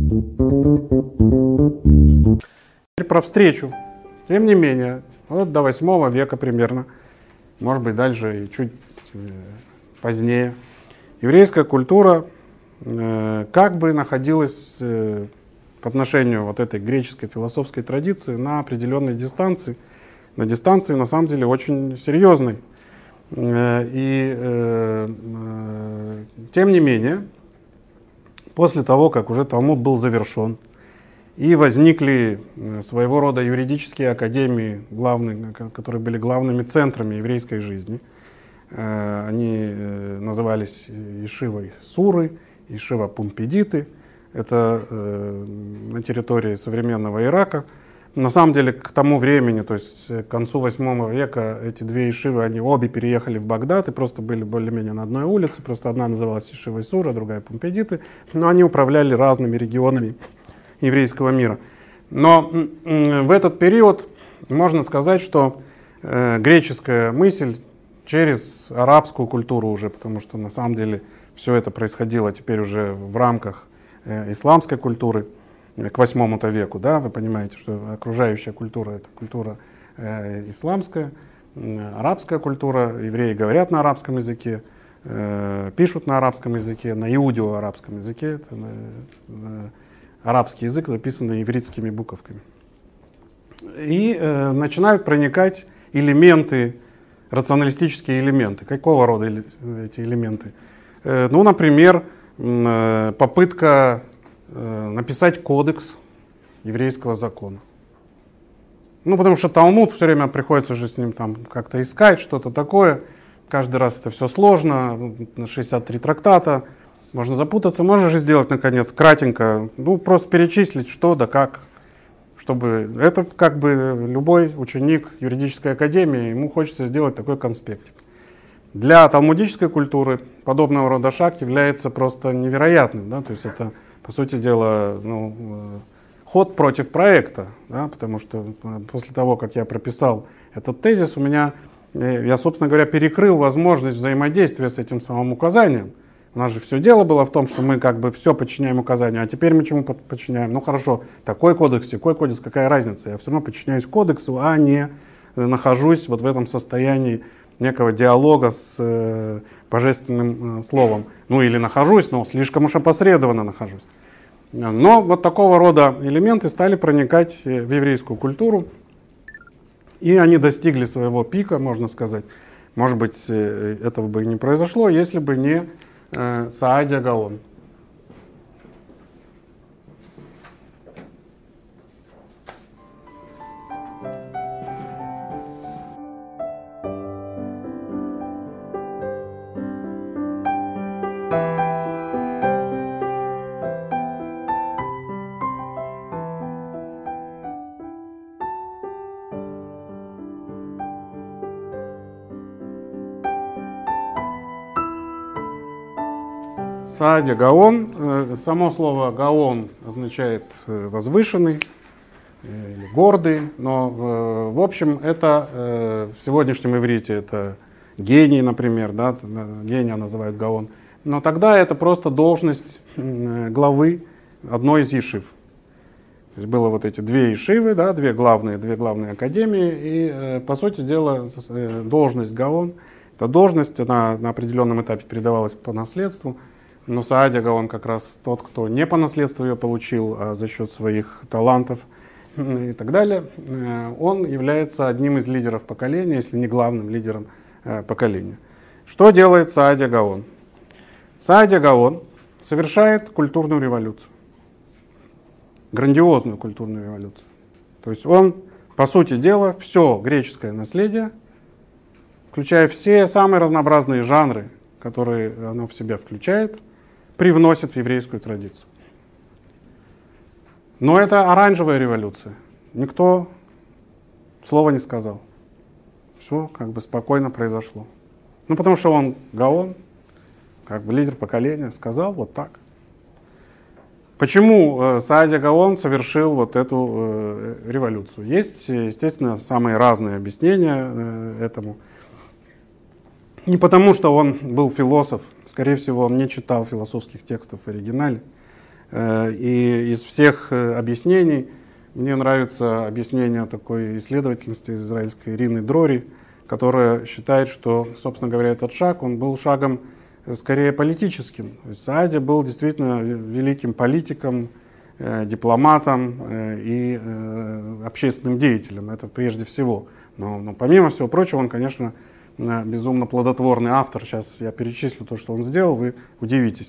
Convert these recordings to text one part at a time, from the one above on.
Теперь про встречу. Тем не менее, вот до 8 века примерно, может быть, дальше и чуть позднее, еврейская культура как бы находилась по отношению вот этой греческой философской традиции на определенной дистанции, на дистанции на самом деле очень серьезной. И тем не менее, после того, как уже Талмуд был завершен, и возникли своего рода юридические академии, которые были главными центрами еврейской жизни. Они назывались Ешивой Суры, Ешива Пумпедиты. Это на территории современного Ирака. На самом деле, к тому времени, то есть к концу 8 века, эти две ешивы, они обе переехали в Багдад и просто были более-менее на одной улице. Просто одна называлась Ешивой Сура, другая Пумпедиты. Но они управляли разными регионами еврейского мира. Но в этот период можно сказать, что греческая мысль через арабскую культуру уже, потому что на самом деле все это происходило теперь уже в рамках исламской культуры к 8 веку. Да? Вы понимаете, что окружающая культура — это культура исламская, арабская культура. Евреи говорят на арабском языке, пишут на арабском языке, на иудео-арабском языке. Это арабский язык, записанный ивритскими буковками. И начинают проникать элементы, рационалистические элементы. Какого рода эти элементы? Ну, например, попытка написать кодекс еврейского закона. Ну, потому что Талмуд все время приходится же с ним там как-то искать, что-то такое. Каждый раз это все сложно, 63 трактата. Можно запутаться, можно же сделать, наконец, кратенько, ну, просто перечислить, что да как, чтобы... Это как бы любой ученик юридической академии, ему хочется сделать такой конспектик. Для талмудической культуры подобного рода шаг является просто невероятным, да, то есть это, по сути дела, ну, ход против проекта, да, потому что после того, как я прописал этот тезис, я, собственно говоря, перекрыл возможность взаимодействия с этим самым указанием. У нас же все дело было в том, что мы как бы все подчиняем указанию, а теперь мы чему подчиняем? Ну хорошо, такой кодекс, какая разница? Я все равно подчиняюсь кодексу, а не нахожусь вот в этом состоянии некого диалога с божественным словом. Ну или нахожусь, но слишком уж опосредованно нахожусь. Но вот такого рода элементы стали проникать в еврейскую культуру, и они достигли своего пика, можно сказать. Может быть, этого бы и не произошло, если бы не Сааdia Гаон. Сааdia Гаон, само слово Гаон означает возвышенный или гордый, но в общем это в сегодняшнем иврите это гений, например, да, гения называют Гаон, но тогда это просто должность главы одной из ешив. То есть было вот эти две ешивы, да, две главные академии, и по сути дела должность Гаон, эта должность на определенном этапе передавалась по наследству. Но Сааdia Гаон как раз тот, кто не по наследству ее получил, а за счет своих талантов и так далее, он является одним из лидеров поколения, если не главным лидером поколения. Что делает Сааdia Гаон? Сааdia Гаон совершает культурную революцию, грандиозную культурную революцию. То есть он, по сути дела, все греческое наследие, включая все самые разнообразные жанры, которые оно в себя включает, привносит в еврейскую традицию. Но это оранжевая революция. Никто слова не сказал. Все как бы спокойно произошло. Ну, потому что он Гаон, как бы лидер поколения, сказал вот так. Почему Сааdia Гаон совершил вот эту революцию? Есть, естественно, самые разные объяснения этому. Не потому, что он был философ, скорее всего, он не читал философских текстов в оригинале. И из всех объяснений мне нравится объяснение такой исследовательности израильской Ирины Дрори, которая считает, что, собственно говоря, этот шаг, он был шагом скорее политическим. То есть Саади был действительно великим политиком, дипломатом и общественным деятелем, это прежде всего. Но помимо всего прочего, он, конечно, безумно плодотворный автор. Сейчас я перечислю то, что он сделал, вы удивитесь.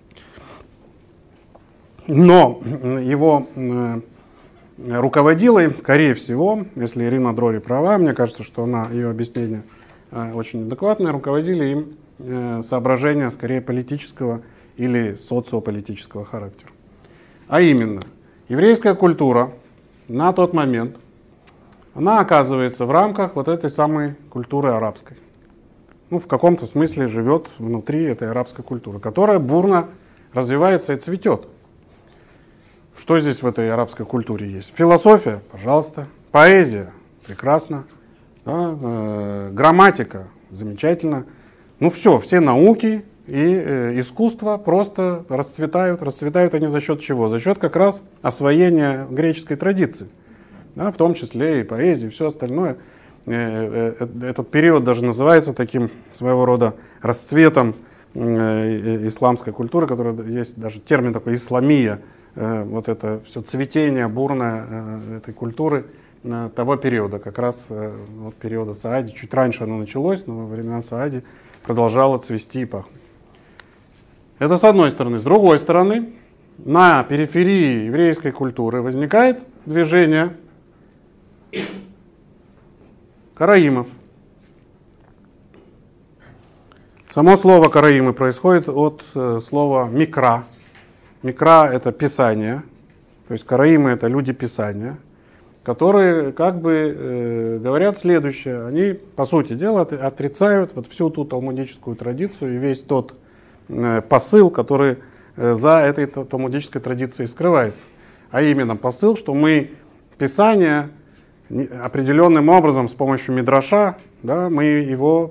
Но его руководила им, скорее всего, если Ирина Дрори права, мне кажется, что ее объяснение очень адекватное, руководили им соображения скорее политического или социополитического характера. А именно, еврейская культура на тот момент, она оказывается в рамках вот этой самой культуры арабской. Ну, в каком-то смысле живет внутри этой арабской культуры, которая бурно развивается и цветет. Что здесь в этой арабской культуре есть? Философия, пожалуйста. Поэзия, прекрасно. Да, грамматика, замечательно. Ну все науки и искусство просто расцветают. Расцветают они за счет чего? За счет как раз освоения греческой традиции. Да, в том числе и поэзии, и все остальное. Этот период даже называется таким своего рода расцветом исламской культуры, которая есть даже термин такой «исламия». Вот это все цветение бурное этой культуры того периода, как раз вот периода Саади. Чуть раньше оно началось, но во времена Саади продолжало цвести и пахнуть. Это с одной стороны. С другой стороны, на периферии еврейской культуры возникает движение караимов. Само слово караимы происходит от слова микра. Микра — это писание, то есть караимы — это люди писания, которые как бы говорят следующее. Они, по сути дела, отрицают вот всю ту талмудическую традицию и весь тот посыл, который за этой талмудической традицией скрывается. А именно посыл, что мы писание определенным образом с помощью мидраша, да, мы его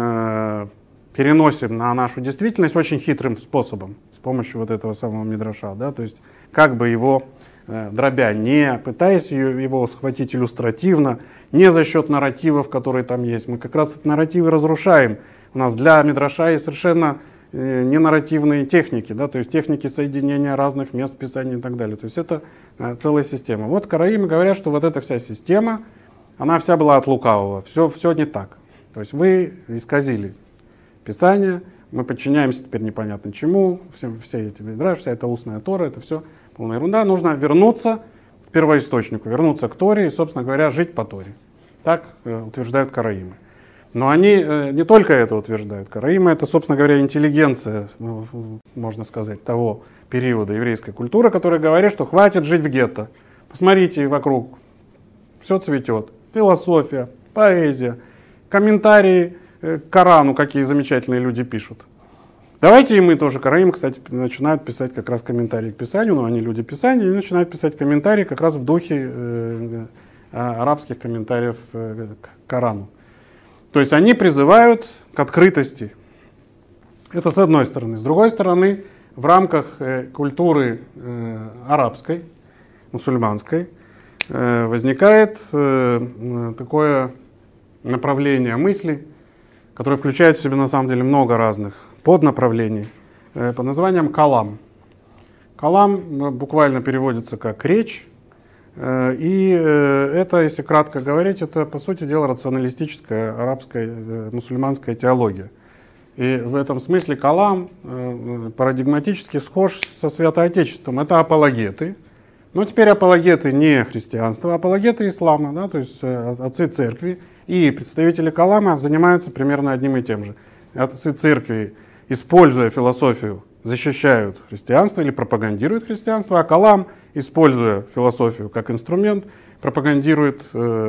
переносим на нашу действительность очень хитрым способом, с помощью вот этого самого мидраша, да, то есть как бы его дробя, не пытаясь его схватить иллюстративно, не за счет нарративов, которые там есть. Мы как раз эти нарративы разрушаем. У нас для мидраша есть совершенно не нарративные техники, да, то есть техники соединения разных мест писания и так далее. То есть это целая система. Вот караимы говорят, что вот эта вся система, она вся была от лукавого, все не так. То есть вы исказили Писание, мы подчиняемся теперь непонятно чему, все эти мидраш, вся эта устная Тора, это все полная ерунда. Нужно вернуться к первоисточнику, вернуться к Торе и, собственно говоря, жить по Торе. Так утверждают караимы. Но они не только это утверждают. Караимы — это, собственно говоря, интеллигенция, можно сказать, того периода еврейской культуры, которая говорит, что хватит жить в гетто. Посмотрите вокруг, все цветет. Философия, поэзия, комментарии к Корану, какие замечательные люди пишут. Давайте и мы тоже. Караимы, кстати, начинают писать как раз комментарии к Писанию, но они люди Писания, и начинают писать комментарии как раз в духе арабских комментариев к Корану. То есть они призывают к открытости. Это с одной стороны. С другой стороны, в рамках культуры арабской, мусульманской, возникает такое направление мысли, которое включает в себя на самом деле много разных поднаправлений, под названием калам. Калам буквально переводится как речь. И это, если кратко говорить, это, по сути дела, рационалистическая арабская мусульманская теология. И в этом смысле калам парадигматически схож со святоотечеством. Это апологеты. Но теперь апологеты не христианства, а апологеты ислама, да, то есть отцы церкви. И представители калама занимаются примерно одним и тем же. Отцы церкви, используя философию, защищают христианство или пропагандируют христианство, а калам, используя философию как инструмент, пропагандирует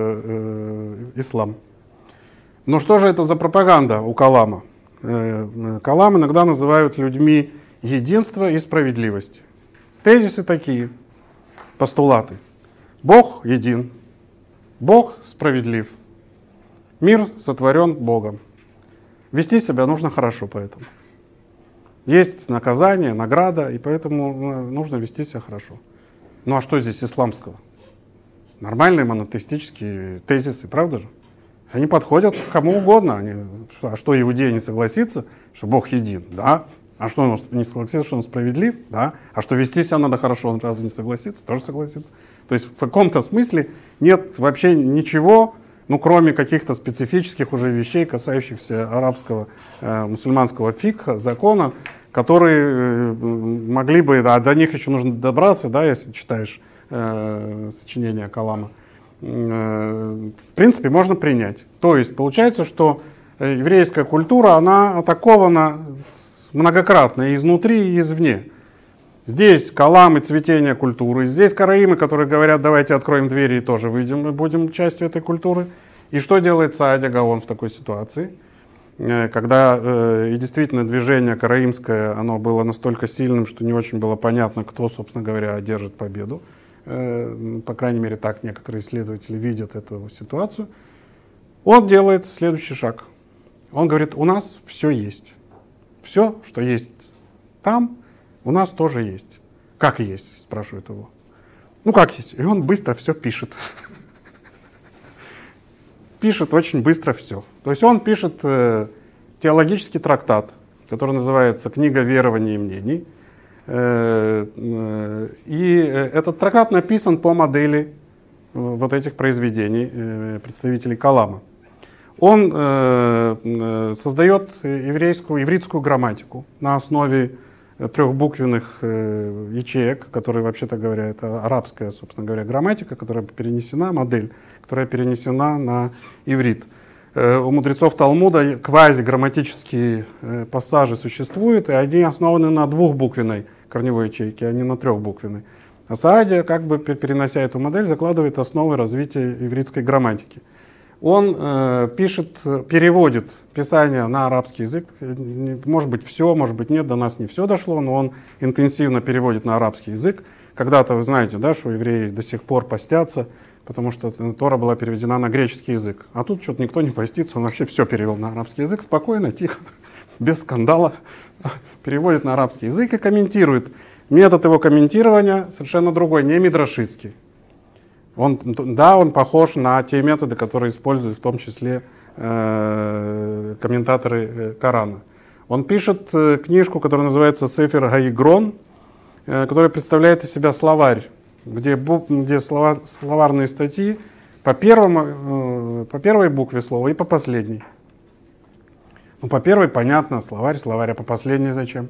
ислам. Но что же это за пропаганда у калама? Калам иногда называют людьми единства и справедливости. Тезисы такие, постулаты. Бог един, Бог справедлив, мир сотворен Богом. Вести себя нужно хорошо поэтому. Есть наказание, награда, и поэтому нужно вести себя хорошо. Ну а что здесь исламского? Нормальные монотеистические тезисы, правда же? Они подходят кому угодно. А что, иудея не согласится, что Бог един? Да. А что, он не согласится, что он справедлив? Да. А что, вести себя надо хорошо, он разве не согласится? Тоже согласится. То есть в каком-то смысле нет вообще ничего, ну, кроме каких-то специфических уже вещей, касающихся арабского, мусульманского фикха, закона, которые могли бы, до них еще нужно добраться, да, если читаешь сочинения Калама, в принципе, можно принять. То есть получается, что еврейская культура, она атакована многократно и изнутри, и извне. Здесь Калам и цветение культуры, здесь караимы, которые говорят, давайте откроем двери и тоже выйдем, мы будем частью этой культуры. И что делает Саади Гаон в такой ситуации? Когда и действительно движение караимское, оно было настолько сильным, что не очень было понятно, кто, собственно говоря, одержит победу. По крайней мере, так некоторые исследователи видят эту ситуацию. Он делает следующий шаг. Он говорит, у нас все есть. Все, что есть там, у нас тоже есть. Как есть, спрашивает его. Ну как есть? И он быстро все пишет. Пишет очень быстро все. То есть он пишет теологический трактат, который называется «Книга верований и мнений». И этот трактат написан по модели вот этих произведений представителей Калама. Он создает ивритскую грамматику на основе трехбуквенных ячеек, которые, вообще-то говоря, это арабская, собственно говоря, грамматика, которая перенесена, модель, которая перенесена на иврит. У мудрецов Талмуда квазиграмматические пассажи существуют, и они основаны на двухбуквенной корневой ячейке, а не на трехбуквенной. А Саади, как бы перенося эту модель, закладывает основы развития ивритской грамматики. Он переводит Писание на арабский язык. Может быть, все, может быть, нет, до нас не все дошло, но он интенсивно переводит на арабский язык. Когда-то, вы знаете, да, что евреи до сих пор постятся, потому что Тора была переведена на греческий язык. А тут что-то никто не постится, он вообще все перевел на арабский язык, спокойно, тихо, без скандала. Переводит на арабский язык и комментирует. Метод его комментирования совершенно другой, не мидрашистский. Он похож на те методы, которые используют в том числе комментаторы Корана. Он пишет книжку, которая называется «Сефер Гаигрон», которая представляет из себя словарь, где словарные статьи по первой букве слова и по последней. Ну, по первой понятно, словарь, а по последней зачем?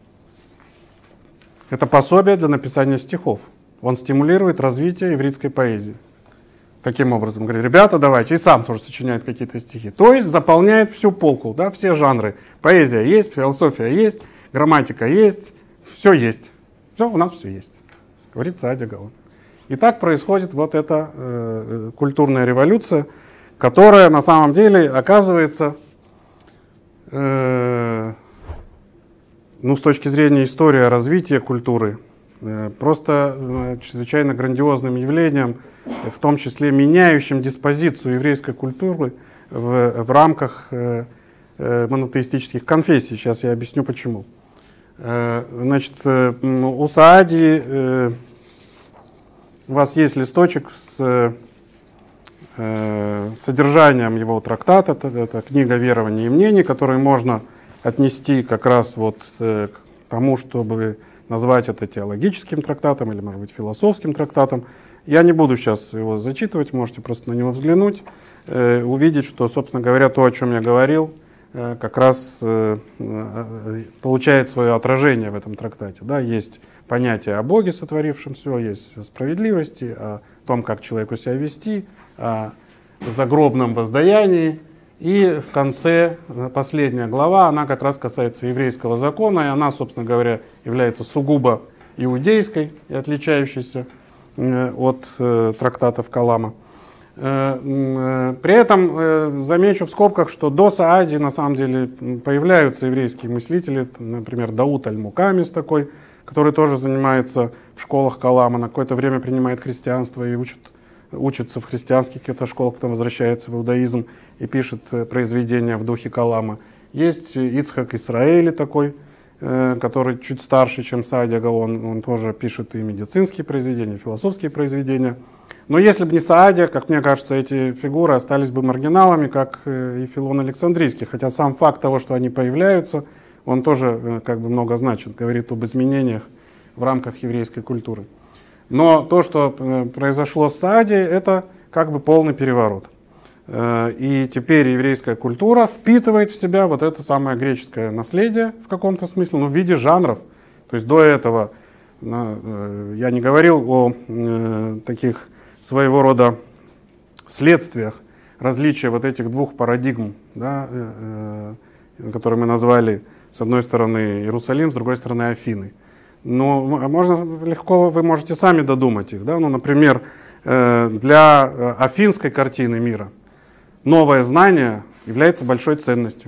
Это пособие для написания стихов. Он стимулирует развитие ивритской поэзии. Таким образом, говорит, ребята, давайте, и сам тоже сочиняет какие-то стихи. То есть заполняет всю полку, да, все жанры. Поэзия есть, философия есть, грамматика есть, все есть. Все, у нас все есть, говорит Саади Гаон. И так происходит вот эта культурная революция, которая на самом деле оказывается, с точки зрения истории развития культуры, просто чрезвычайно грандиозным явлением, в том числе меняющим диспозицию еврейской культуры в рамках монотеистических конфессий. Сейчас я объясню почему. Значит, у Саади у вас есть листочек с содержанием его трактата, это книга верований и мнений, которую можно отнести как раз вот к тому, чтобы назвать это теологическим трактатом или, может быть, философским трактатом. Я не буду сейчас его зачитывать, можете просто на него взглянуть, увидеть, что, собственно говоря, то, о чем я говорил, как раз получает свое отражение в этом трактате. Да? Есть понятие о Боге, сотворившем все, есть о справедливости, о том, как человеку себя вести, о загробном воздаянии. И в конце, последняя глава, она как раз касается еврейского закона, и она, собственно говоря, является сугубо иудейской и отличающейся от трактатов Калама. При этом замечу в скобках, что до Саади на самом деле появляются еврейские мыслители, например, Дауд Аль-Мукамис такой, который тоже занимается в школах Калама, на какое-то время принимает христианство и учится в христианских каких-то школах, потом возвращается в иудаизм и пишет произведения в духе Калама. Есть Ицхак Исраэли такой, который чуть старше, чем Саадига, он тоже пишет и медицинские произведения, и философские произведения. Но если бы не Саадия, как мне кажется, эти фигуры остались бы маргиналами, как и Филон Александрийский. Хотя сам факт того, что они появляются, он тоже как бы много значит, говорит об изменениях в рамках еврейской культуры. Но то, что произошло с Саадией, это как бы полный переворот. И теперь еврейская культура впитывает в себя вот это самое греческое наследие в каком-то смысле, но в виде жанров. То есть до этого я не говорил о таких своего рода следствиях различия вот этих двух парадигм, да, которые мы назвали с одной стороны Иерусалим, с другой стороны Афины. Но можно легко, вы можете сами додумать их. Да? Ну, например, для афинской картины мира новое знание является большой ценностью.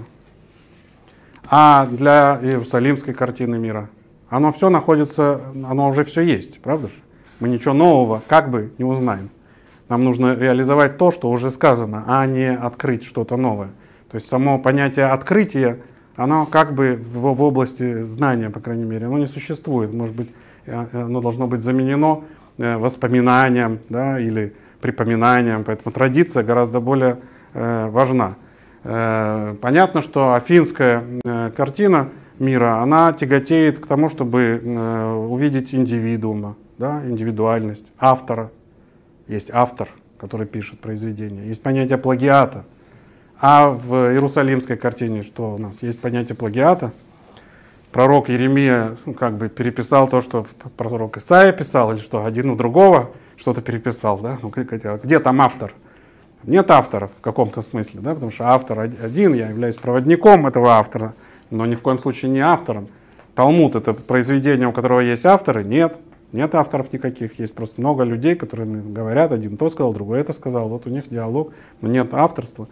А для иерусалимской картины мира оно все находится, оно уже все есть, правда же? Мы ничего нового как бы не узнаем. Нам нужно реализовать то, что уже сказано, а не открыть что-то новое. То есть само понятие открытия, оно как бы в области знания, по крайней мере, оно не существует. Может быть, оно должно быть заменено воспоминанием, да, или припоминанием. Поэтому традиция гораздо более важна. Понятно, что афинская картина мира, она тяготеет к тому, чтобы увидеть индивидуума, да, индивидуальность, автора. Есть автор, который пишет произведение. Есть понятие плагиата. А в иерусалимской картине что у нас? Есть понятие плагиата. Пророк Иеремия как бы переписал то, что пророк Исаия писал, или что один у другого что-то переписал. Да? Ну, где там автор? Нет автора в каком-то смысле, да? Потому что автор один, я являюсь проводником этого автора, но ни в коем случае не автором. Талмуд — это произведение, у которого есть авторы? Нет. Нет авторов никаких, есть просто много людей, которые говорят, один то сказал, другой это сказал, вот у них диалог, но нет авторства.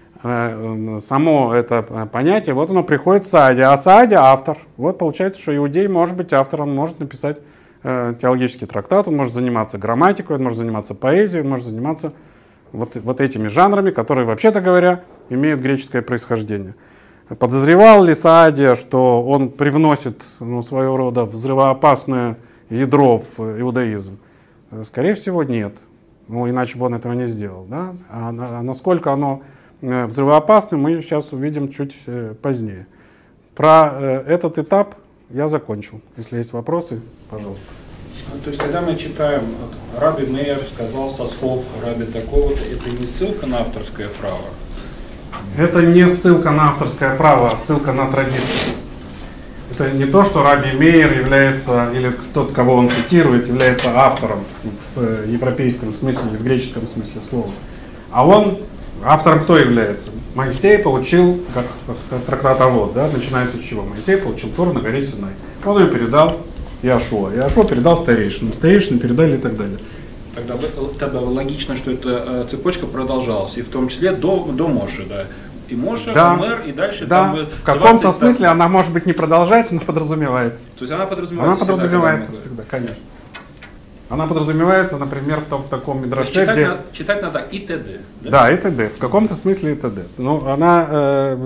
Само это понятие, вот оно приходит в Саадия, а Саадия — автор. Вот получается, что иудей может быть автором, он может написать теологический трактат, он может заниматься грамматикой, он может заниматься поэзией, он может заниматься вот этими жанрами, которые, вообще-то говоря, имеют греческое происхождение. Подозревал ли Саадия, что он привносит своего рода взрывоопасное ядро в иудаизм? Скорее всего, нет. Ну, иначе бы он этого не сделал. Да? А насколько оно взрывоопасно, мы сейчас увидим чуть позднее. Про этот этап я закончил. Если есть вопросы, пожалуйста. То есть, когда мы читаем, Раби Мейер сказал со слов Раби такого-то, это не ссылка на авторское право? Это не ссылка на авторское право, а ссылка на традицию. Это не то, что Раби Мейер является, или тот, кого он цитирует, является автором в европейском смысле или в греческом смысле слова. А он, автором кто является? Моисей получил, как трактат Авот, да, начинается с чего? Моисей получил Тору на горе Синай. Он ее передал Иошуа. Иошуа передал старейшинам, старейшины передали и так далее. Тогда логично, что эта цепочка продолжалась, и в том числе до Моше, да. И Моше, да, Омер, и дальше да, там... в каком-то смысле она, может быть, не продолжается, но подразумевается. То есть она подразумевается? Она подразумевается всегда, конечно. Она подразумевается, например, в таком мидраше, читать надо и т.д. Да? Да, и т.д. В каком-то смысле и т.д. Но она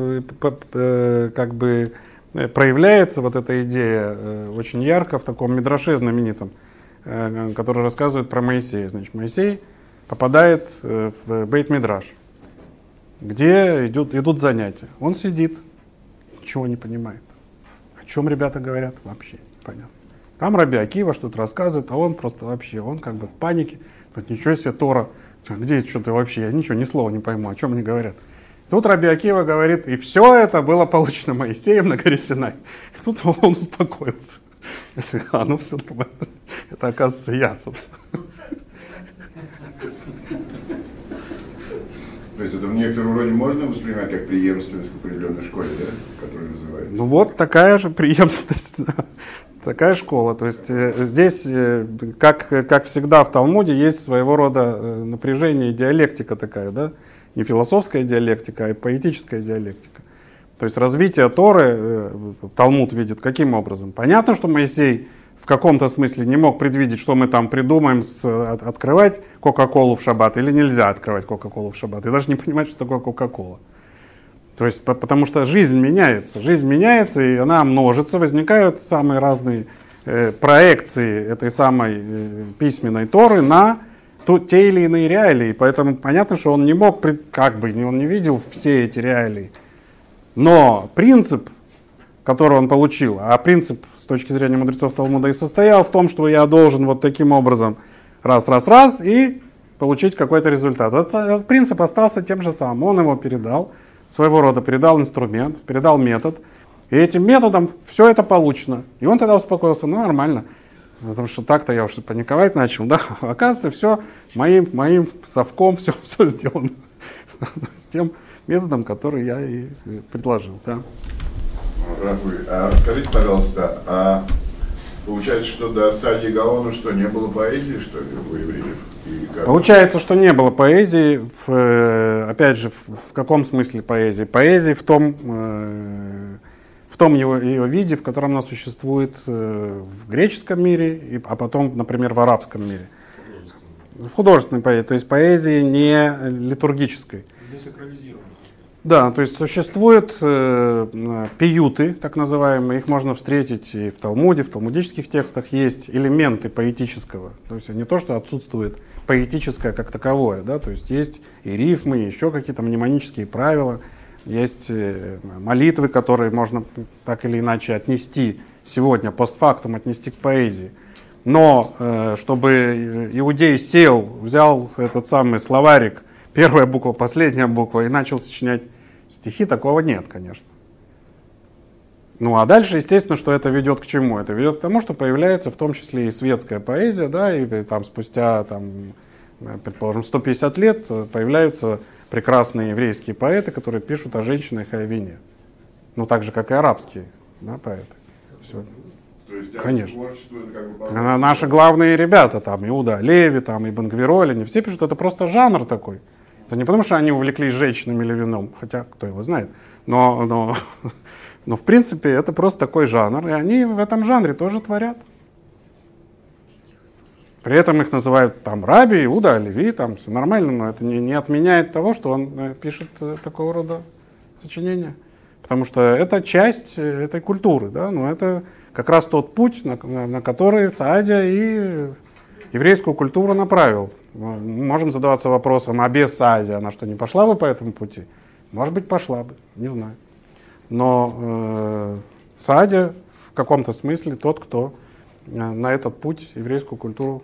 как бы проявляется, вот эта идея, очень ярко в таком мидраше знаменитом, который рассказывает про Моисея. Значит, Моисей попадает в Бейт-Мидраш, где идут занятия. Он сидит, ничего не понимает. О чем ребята говорят, вообще непонятно. Там Раби Акива что-то рассказывает, а он просто вообще, он как бы в панике. Ничего себе, Тора, где что-то вообще, я ничего, ни слова не пойму, о чем они говорят. Тут Раби Акива говорит, и все это было получено Моисеем на горе Синай. И тут он успокоился. Ну все нормально. Это, оказывается, я, собственно. То есть это в некотором роде можно воспринимать как преемственность в определенной школе, да, которую называют? Ну вот такая же преемственность, такая школа. То есть здесь, как всегда в Талмуде, есть своего рода напряжение, диалектика такая, да? Не философская диалектика, а поэтическая диалектика. То есть развитие Торы Талмуд видит каким образом? Понятно, что Моисей в каком-то смысле не мог предвидеть, что мы там придумаем, открывать Кока-Колу в шаббат или нельзя открывать Кока-Колу в шаббат. И даже не понимать, что такое Кока-Кола. То есть, потому что жизнь меняется, и она множится, возникают самые разные проекции этой самой письменной Торы на те или иные реалии. Поэтому понятно, что он не мог, он не видел все эти реалии. Но принцип, который он получил, а принцип с точки зрения мудрецов Талмуда и состоял в том, что я должен вот таким образом раз, и получить какой-то результат. Этот принцип остался тем же самым. Он его передал, своего рода передал инструмент, передал метод. И этим методом все это получено. И он тогда успокоился, ну нормально. Потому что так-то я уже паниковать начал. Да? Оказывается, все моим совком, все сделано с тем методом, который я и предложил. Да. А скажите, пожалуйста, получается, что до Саади Гаона что, не было поэзии, что ли, у евреев? Получается, что не было поэзии, опять же, в каком смысле поэзии? Поэзии в том ее виде, в котором она существует в греческом мире, а потом, например, в арабском мире. В художественной поэзии, то есть поэзии не литургической. Десакрализированной. Да, то есть существуют пиюты, так называемые, их можно встретить и в Талмуде, в талмудических текстах есть элементы поэтического. То есть не то, что отсутствует поэтическое как таковое, да, то есть есть и рифмы, и еще какие-то мнемонические правила, есть молитвы, которые можно так или иначе отнести сегодня, постфактум отнести к поэзии. Но чтобы иудей сел, взял этот самый словарик, первая буква, последняя буква, и начал сочинять стихи, такого нет, конечно. Ну а дальше, естественно, что это ведет к чему? Это ведет к тому, что появляется в том числе и светская поэзия, да, и там спустя, предположим, 150 лет появляются прекрасные еврейские поэты, которые пишут о женщинах и о вине. Ну так же, как и арабские, да, поэты. Все. То есть, конечно. Как бы наши главные ребята, там, Иуда Леви, там, Ибн Гвироль, они все пишут, это просто жанр такой. Это не потому, что они увлеклись женщинами или вином, хотя кто его знает, но в принципе это просто такой жанр, и они в этом жанре тоже творят. При этом их называют там Раби, Иуда, Леви, там все нормально, но это не отменяет того, что он пишет такого рода сочинения. Потому что это часть этой культуры, да, но это как раз тот путь, на который Саадия и еврейскую культуру направил. Мы можем задаваться вопросом, а без Саадия она что, не пошла бы по этому пути? Может быть, пошла бы, не знаю. Но Саадия в каком-то смысле тот, кто на этот путь еврейскую культуру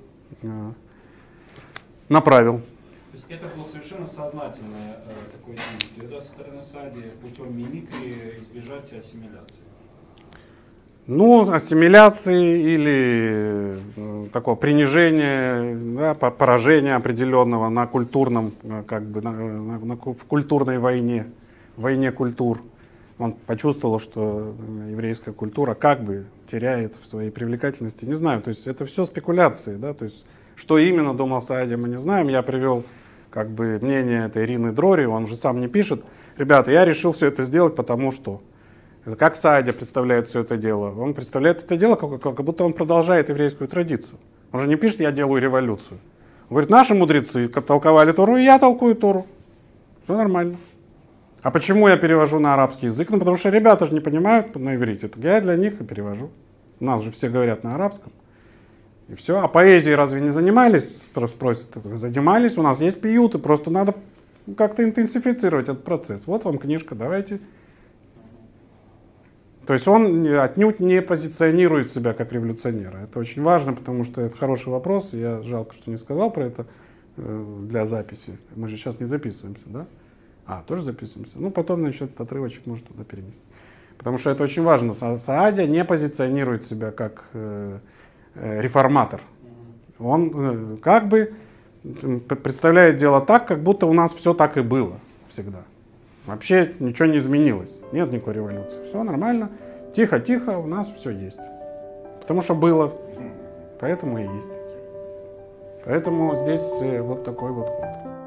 направил. То есть это было совершенно сознательное такое действие, да, со стороны Саади путем мимикрии избежать ассимиляции? Ну, ассимиляции или такого принижения, да, поражения определенного на культурном, как бы, в культурной войне культур. Он почувствовал, что еврейская культура как бы теряет в своей привлекательности. Не знаю, то есть это все спекуляции, да, то есть что именно думал Саади, мы не знаем. Я привел как бы мнение этой Ирины Дрори, он уже сам не пишет. Ребята, я решил все это сделать, потому что. Как Саади представляет все это дело? Он представляет это дело, как будто он продолжает еврейскую традицию. Он же не пишет, я делаю революцию. Он говорит, наши мудрецы толковали Тору, и я толкую Тору. Все нормально. А почему я перевожу на арабский язык? Ну, потому что ребята же не понимают на иврите. Я для них и перевожу. У нас же все говорят на арабском. И все. А поэзией разве не занимались? Спросят. Занимались. У нас есть пиюты. Просто надо как-то интенсифицировать этот процесс. Вот вам книжка, давайте. То есть он отнюдь не позиционирует себя как революционера. Это очень важно, потому что это хороший вопрос. Я жалко, что не сказал про это для записи. Мы же сейчас не записываемся, да? Тоже записываемся. Ну, потом, значит, этот отрывочек можно туда перенести. Потому что это очень важно. Саадия не позиционирует себя как реформатор. Он как бы представляет дело так, как будто у нас все так и было всегда. Вообще ничего не изменилось. Нет никакой революции. Все нормально. Тихо-тихо, у нас все есть. Потому что было. Поэтому и есть. Поэтому здесь вот такой вот ход.